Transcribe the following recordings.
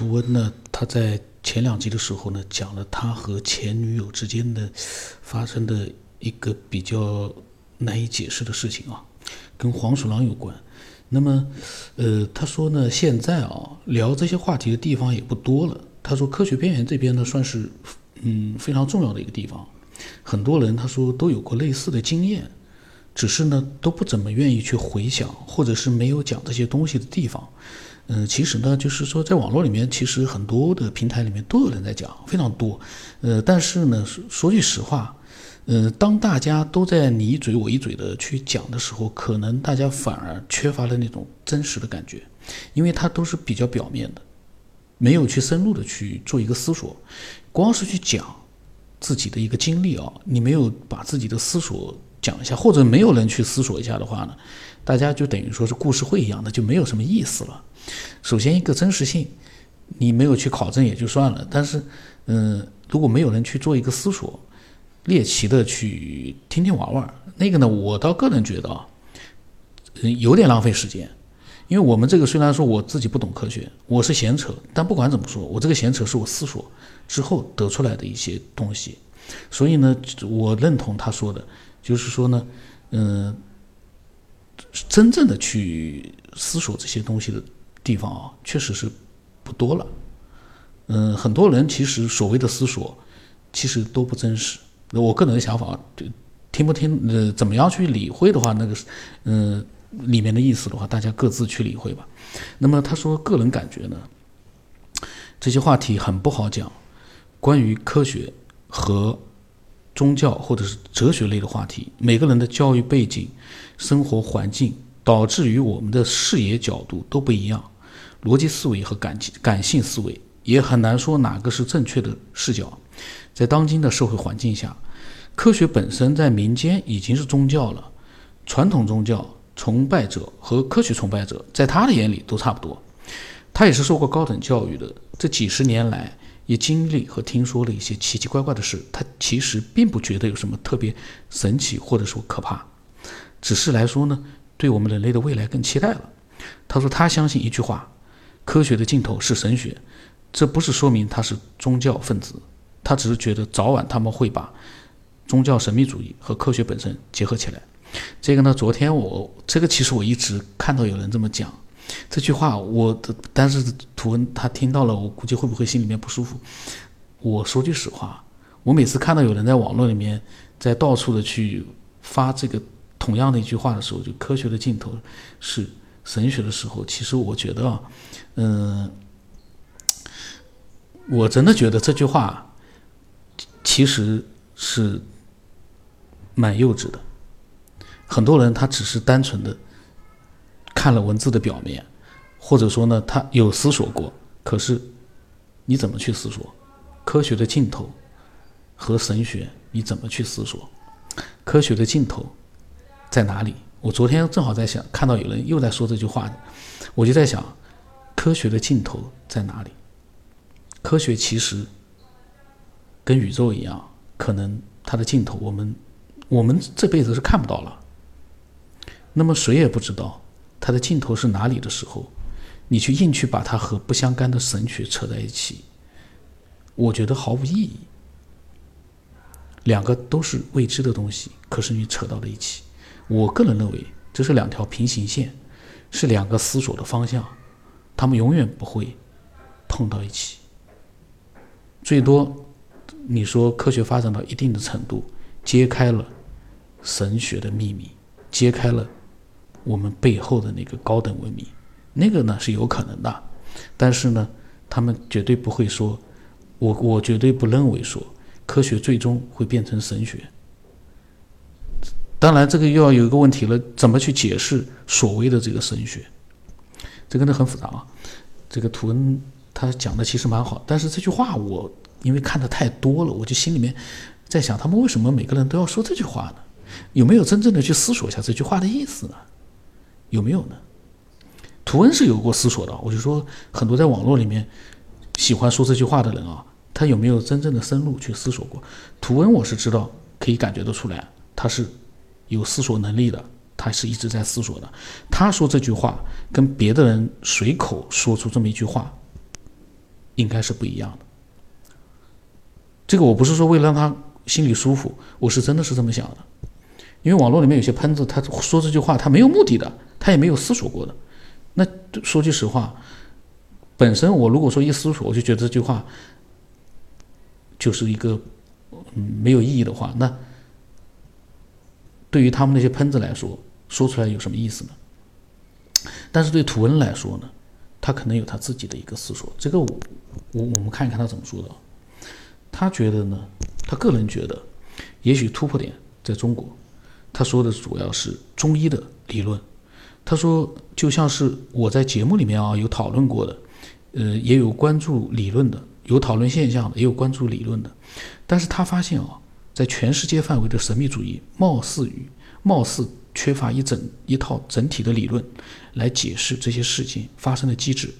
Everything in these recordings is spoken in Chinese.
图文呢，他在前2集的时候呢，讲了他和前女友之间的发生的一个比较难以解释的事情啊，跟黄鼠狼有关。那么，他说呢，现在聊这些话题的地方也不多了。他说，科学边缘这边呢，算是非常重要的一个地方。很多人他说都有过类似的经验，只是呢都不怎么愿意去回想，或者是没有讲这些东西的地方。其实呢，就是说在网络里面，其实很多的平台里面都有人在讲，非常多。但是呢，说句实话，当大家都在你一嘴我一嘴的去讲的时候，可能大家反而缺乏了那种真实的感觉，因为它都是比较表面的，没有去深入的去做一个思索，光是去讲自己的一个经历你没有把自己的思索讲一下，或者没有人去思索一下的话呢，大家就等于说是故事会一样的，就没有什么意思了。首先一个真实性，你没有去考证也就算了，但是如果没有人去做一个思索，猎奇的去听听玩玩，那个呢，我倒个人觉得有点浪费时间。因为我们这个虽然说我自己不懂科学，我是闲扯，但不管怎么说，我这个闲扯是我思索之后得出来的一些东西。所以呢，我认同他说的，就是说呢，真正的去思索这些东西的地方确实是不多了。很多人其实所谓的思索，其实都不真实。我个人的想法，听不听，怎么样去理会的话，那个里面的意思的话，大家各自去理会吧。那么他说，个人感觉呢，这些话题很不好讲。关于科学和宗教或者是哲学类的话题，每个人的教育背景、生活环境，导致于我们的视野角度都不一样，逻辑思维和感性思维也很难说哪个是正确的视角。在当今的社会环境下，科学本身在民间已经是宗教了，传统宗教崇拜者和科学崇拜者在他的眼里都差不多。他也是受过高等教育的，这几十年来也经历和听说了一些奇奇怪怪的事，他其实并不觉得有什么特别神奇或者说可怕，只是来说呢，对我们人类的未来更期待了。他说他相信一句话，科学的尽头是神学，这不是说明他是宗教分子，他只是觉得早晚他们会把宗教神秘主义和科学本身结合起来。这个呢，昨天其实我一直看到有人这么讲这句话，但是图文他听到了，我估计会不会心里面不舒服。我说句实话，我每次看到有人在网络里面在到处的去发这个同样的一句话的时候，就科学的尽头是神学的时候，其实我觉得我真的觉得这句话其实是蛮幼稚的。很多人他只是单纯的看了文字的表面，或者说呢他有思索过，可是你怎么去思索科学的尽头和神学？你怎么去思索科学的尽头在哪里？我昨天正好在想，看到有人又在说这句话，我就在想，科学的尽头在哪里？科学其实跟宇宙一样，可能它的尽头我们这辈子是看不到了。那么谁也不知道它的尽头是哪里的时候，你去硬去把它和不相干的神学扯在一起，我觉得毫无意义。两个都是未知的东西，可是你扯到了一起，我个人认为这是2条平行线，是2个思索的方向，他们永远不会碰到一起。最多你说科学发展到一定的程度，揭开了神学的秘密，揭开了我们背后的那个高等文明，那个呢是有可能的。但是呢，他们绝对不会说，我绝对不认为说科学最终会变成神学。当然这个又要有一个问题了，怎么去解释所谓的这个神学？这个呢很复杂啊。这个图文他讲的其实蛮好，但是这句话我因为看的太多了，我就心里面在想，他们为什么每个人都要说这句话呢？有没有真正的去思索一下这句话的意思呢？有没有呢？图文是有过思索的，我就说很多在网络里面喜欢说这句话的人他有没有真正的深入去思索过？图文我是知道，可以感觉得出来，他是有思索能力的，他是一直在思索的。他说这句话跟别的人随口说出这么一句话， 应该是不一样的。这个我不是说为了让他心里舒服，我是真的是这么想的。因为网络里面有些喷子，他说这句话他没有目的的，他也没有思索过的。那说句实话，本身我如果说一思索，我就觉得这句话就是一个没有意义的话，那对于他们那些喷子来说，说出来有什么意思呢？但是对图文来说呢，他可能有他自己的一个思索。这个我们看一看他怎么说的。他觉得呢，他个人觉得，也许突破点在中国。他说的主要是中医的理论。他说，就像是我在节目里面有讨论过的，也有关注理论的，有讨论现象的，也有关注理论的。但是他发现在全世界范围的神秘主义貌似缺乏一套整体的理论来解释这些事情发生的机制，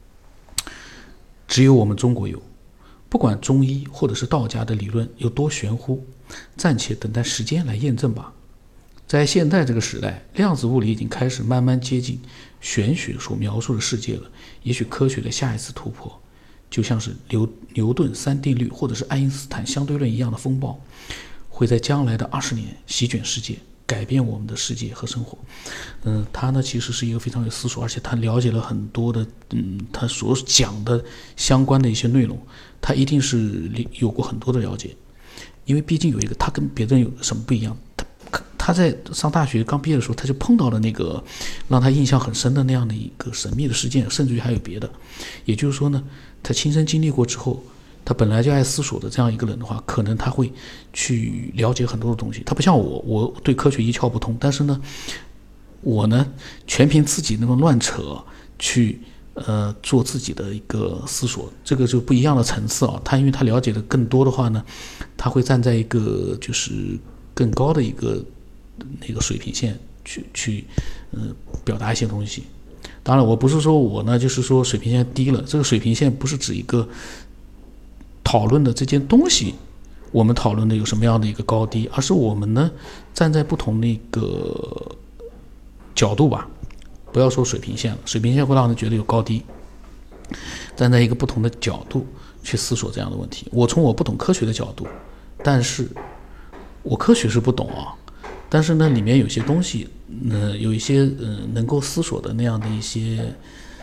只有我们中国有。不管中医或者是道家的理论有多玄乎，暂且等待时间来验证吧。在现在这个时代，量子物理已经开始慢慢接近玄学所描述的世界了。也许科学的下一次突破，就像是牛顿三定律或者是爱因斯坦相对论一样的风暴，会在将来的20年席卷世界，改变我们的世界和生活。他呢其实是一个非常有思索，而且他了解了很多的他所讲的相关的一些内容，他一定是有过很多的了解。因为毕竟有一个他跟别人有什么不一样，他在上大学刚毕业的时候，他就碰到了那个让他印象很深的那样的一个神秘的事件，甚至于还有别的。也就是说呢，他亲身经历过之后，他本来就爱思索的这样一个人的话，可能他会去了解很多的东西。他不像我对科学一窍不通，但是呢，我呢全凭自己那种乱扯去做自己的一个思索，这个就不一样的层次他因为他了解的更多的话呢，他会站在一个就是更高的一个那个水平线去表达一些东西。当然我不是说我呢就是说水平线低了，这个水平线不是指一个讨论的这件东西我们讨论的有什么样的一个高低，而是我们呢站在不同的一个角度吧，不要说水平线了，水平线会让人觉得有高低，站在一个不同的角度去思索这样的问题。我从我不懂科学的角度，但是我科学是不懂但是呢里面有些东西有一些能够思索的那样的一些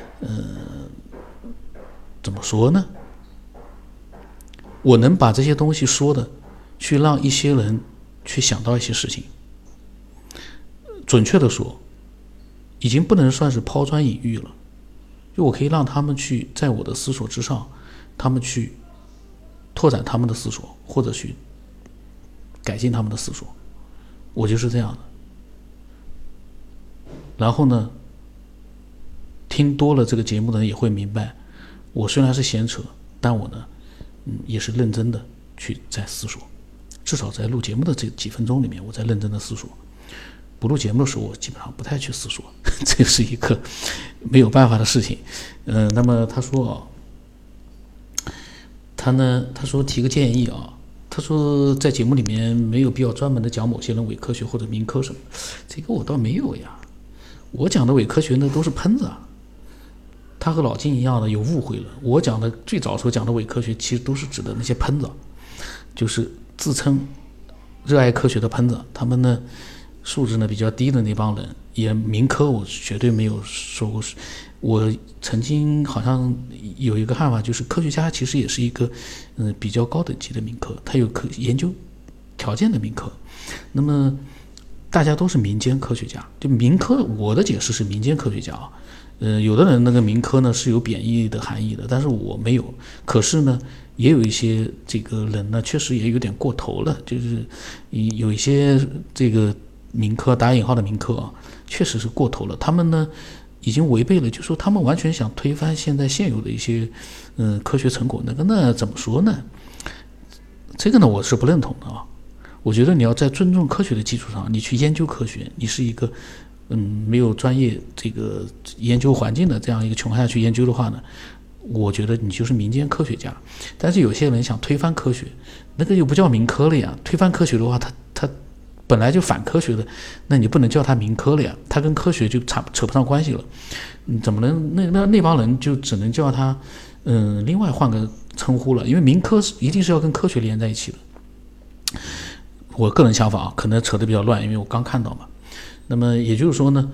怎么说呢，我能把这些东西说的去让一些人去想到一些事情。准确的说，已经不能算是抛砖引玉了，就我可以让他们去在我的思索之上，他们去拓展他们的思索，或者去改进他们的思索。我就是这样的。然后呢，听多了这个节目的人也会明白，我虽然是闲扯，但我呢也是认真的去在思索。至少在录节目的这几分钟里面，我在认真的思索。不录节目的时候，我基本上不太去思索，这是一个没有办法的事情。那么他说他说提个建议他说在节目里面没有必要专门的讲某些人伪科学或者民科什么，这个我倒没有呀。我讲的伪科学呢都是喷子他和老金一样的有误会了。我讲的最早时候讲的伪科学，其实都是指的那些喷子，就是自称热爱科学的喷子，他们呢素质呢比较低的那帮人。也民科我绝对没有说过，我曾经好像有一个看法，就是科学家其实也是一个比较高等级的民科，他有研究条件的民科。那么大家都是民间科学家，就民科我的解释是民间科学家有的人那个民科呢是有贬义的含义的，但是我没有。可是呢也有一些这个人呢确实也有点过头了，就是有一些这个民科打引号的民科确实是过头了。他们呢已经违背了，就是说他们完全想推翻现在现有的一些科学成果。那个呢怎么说呢，这个呢我是不认同的我觉得你要在尊重科学的基础上，你去研究科学，你是一个没有专业这个研究环境的这样一个情况下去研究的话呢，我觉得你就是民间科学家。但是有些人想推翻科学，那个又不叫民科了呀。推翻科学的话，他本来就反科学的，那你不能叫他民科了呀，他跟科学就扯不上关系了。怎么能那帮人就只能叫他另外换个称呼了，因为民科一定是要跟科学连在一起的。我个人想法啊，可能扯得比较乱，因为我刚看到嘛。那么也就是说呢，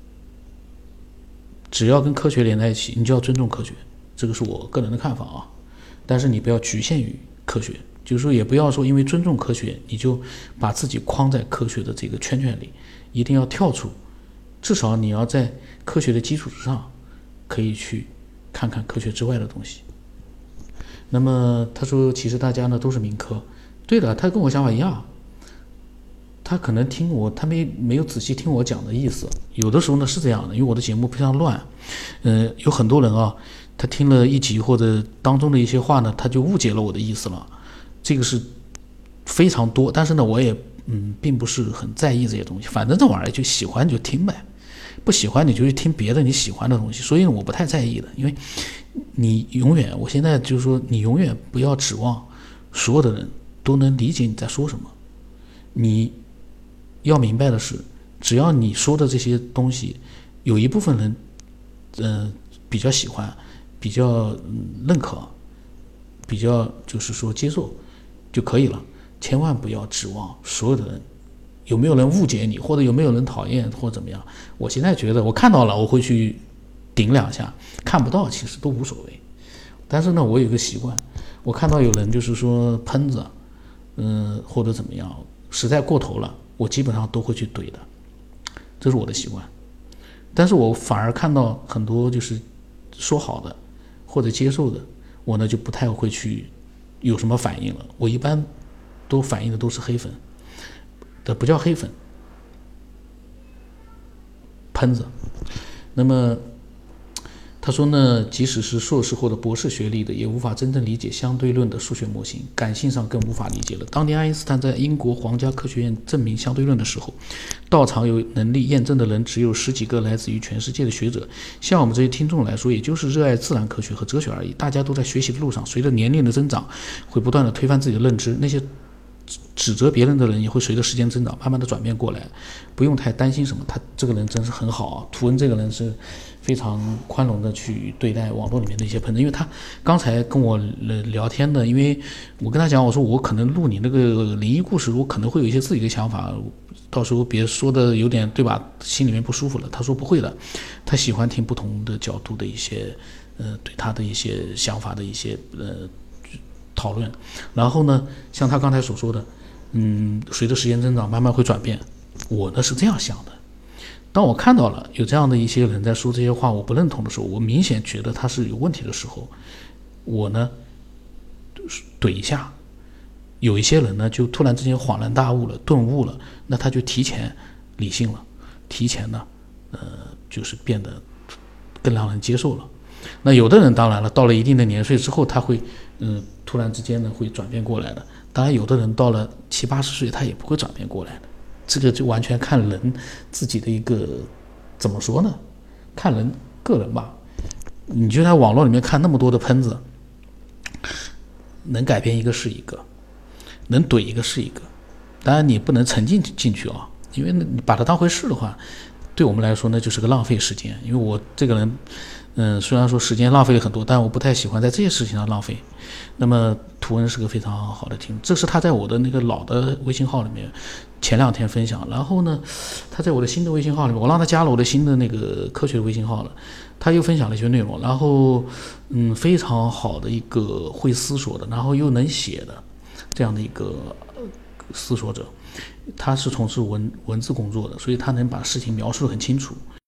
只要跟科学连在一起，你就要尊重科学，这个是我个人的看法啊。但是你不要局限于科学，就是说也不要说因为尊重科学，你就把自己框在科学的这个圈圈里，一定要跳出，至少你要在科学的基础之上，可以去看看科学之外的东西。那么他说，其实大家呢都是民科，对的，他跟我想法一样。他可能听我，他没有仔细听我讲的意思。有的时候呢是这样的，因为我的节目非常乱，有很多人啊，他听了一集或者当中的一些话呢，他就误解了我的意思了，这个是非常多。但是呢，我也并不是很在意这些东西，反正这玩意儿就喜欢就听呗，不喜欢你就去听别的你喜欢的东西。所以我不太在意的，因为你永远，我现在就是说，你永远不要指望所有的人都能理解你在说什么，你要明白的是，只要你说的这些东西有一部分人比较喜欢，比较认可，比较就是说接受就可以了，千万不要指望所有的人，有没有人误解你，或者有没有人讨厌或者怎么样。我现在觉得我看到了我会去顶两下，看不到其实都无所谓。但是呢，我有个习惯，我看到有人就是说喷子或者怎么样，实在过头了，我基本上都会去怼的，这是我的习惯。但是我反而看到很多就是说好的或者接受的，我呢就不太会去有什么反应了。我一般都反应的都是黑粉，这不叫黑粉，喷子。那么他说呢，即使是硕士或者博士学历的，也无法真正理解相对论的数学模型，感性上更无法理解了。当年爱因斯坦在英国皇家科学院证明相对论的时候，到场有能力验证的人只有10几个来自于全世界的学者，像我们这些听众来说，也就是热爱自然科学和哲学而已。大家都在学习的路上，随着年龄的增长，会不断的推翻自己的认知，那些指责别人的人也会随着时间增长慢慢的转变过来，不用太担心什么。他这个人真是很好啊，图恩这个人是非常宽容的去对待网络里面的一些喷子，因为他刚才跟我聊天的，因为我跟他讲，我说我可能录你那个灵异故事，我可能会有一些自己的想法，到时候别说的有点对吧，心里面不舒服了。他说不会的，他喜欢听不同的角度的一些对他的一些想法的一些讨论。然后呢，像他刚才所说的随着时间增长慢慢会转变，我呢是这样想的。当我看到了有这样的一些人在说这些话我不认同的时候，我明显觉得他是有问题的时候，我呢怼一下。有一些人呢就突然之间恍然大悟了，顿悟了，那他就提前理性了，提前呢就是变得更让人接受了。那有的人当然了，到了一定的年岁之后，他会突然之间呢会转变过来的。当然有的人到了70、80岁他也不会转变过来的，这个就完全看人自己的一个怎么说呢，看人个人吧。你就在网络里面看那么多的喷子，能改变一个是一个，能怼一个是一个。当然你不能沉浸进去啊，因为你把它当回事的话，对我们来说呢就是个浪费时间。因为我这个人虽然说时间浪费了很多，但我不太喜欢在这些事情上浪费。那么图恩是个非常好的听众，这是他在我的那个老的微信号里面前2天分享，然后呢他在我的新的微信号里面，我让他加了我的新的那个科学的微信号了，他又分享了一些内容，然后非常好的一个会思索的，然后又能写的这样的一个思索者。他是从事文字工作的，所以他能把事情描述得很清楚。